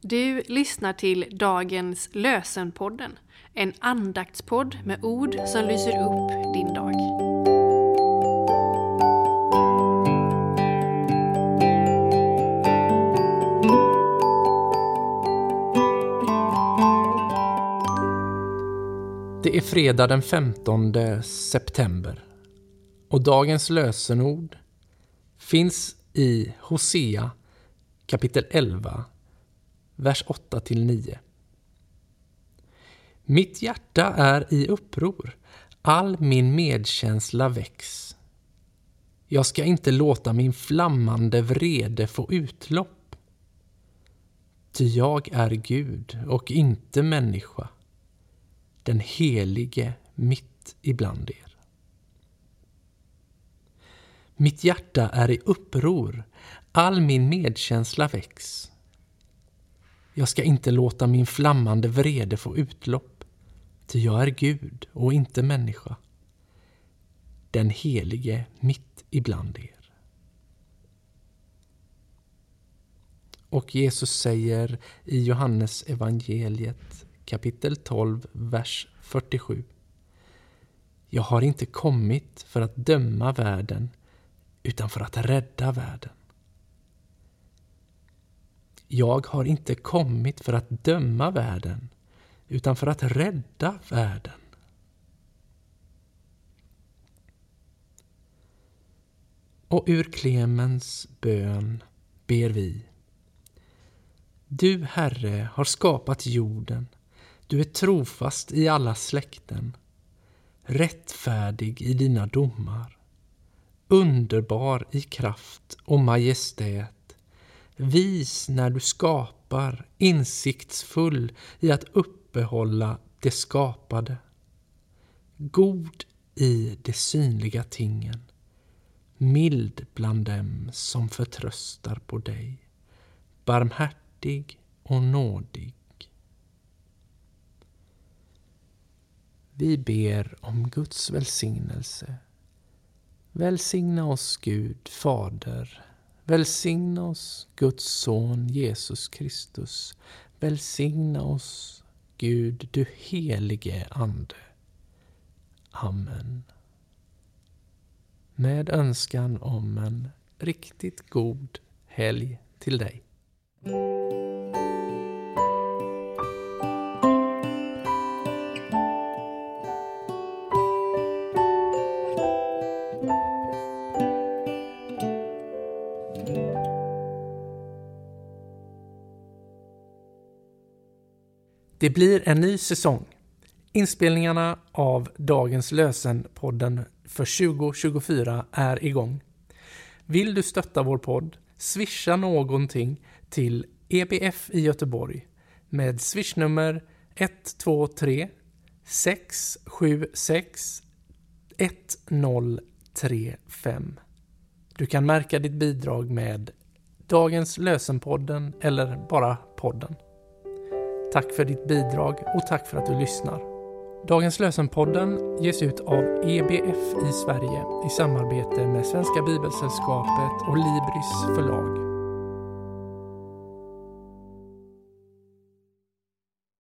Du lyssnar till dagens Lösenpodden, en andaktspodd med ord som lyser upp din dag. Det är fredag den 15 september och dagens lösenord finns i Hosea kapitel 11, vers 8-9. Mitt hjärta är i uppror, all min medkänsla väcks. Jag ska inte låta min flammande vrede få utlopp. Ty jag är Gud och inte människa, den helige mitt ibland er. Mitt hjärta är i uppror, all min medkänsla väcks. Jag ska inte låta min flammande vrede få utlopp, ty jag är Gud och inte människa, den helige mitt ibland er. Och Jesus säger i Johannes evangeliet kapitel 12, vers 47. Jag har inte kommit för att döma världen, utan för att rädda världen. Jag har inte kommit för att döma världen, utan för att rädda världen. Och ur Klemens bön ber vi. Du, Herre, har skapat jorden. Du är trofast i alla släkten. Rättfärdig i dina domar. Underbar i kraft och majestät. Vis när du skapar, insiktsfull i att uppehålla det skapade. God i de synliga tingen, mild bland dem som förtröstar på dig, barmhärtig och nådig. Vi ber om Guds välsignelse. Välsigna oss Gud, Fader. Välsigna oss Guds son Jesus Kristus. Välsigna oss Gud, du helige Ande. Amen. Med önskan om en riktigt god helg till dig. Det blir en ny säsong. Inspelningarna av dagens Lösenpodden för 2024 är igång. Vill du stötta vår podd? Swisha någonting till EBF i Göteborg med swishnummer 123 676 1035. Du kan märka ditt bidrag med dagens Lösenpodden eller bara podden. Tack för ditt bidrag och tack för att du lyssnar. Dagens Lösenpodden ges ut av EBF i Sverige i samarbete med Svenska Bibelsällskapet och Libris förlag.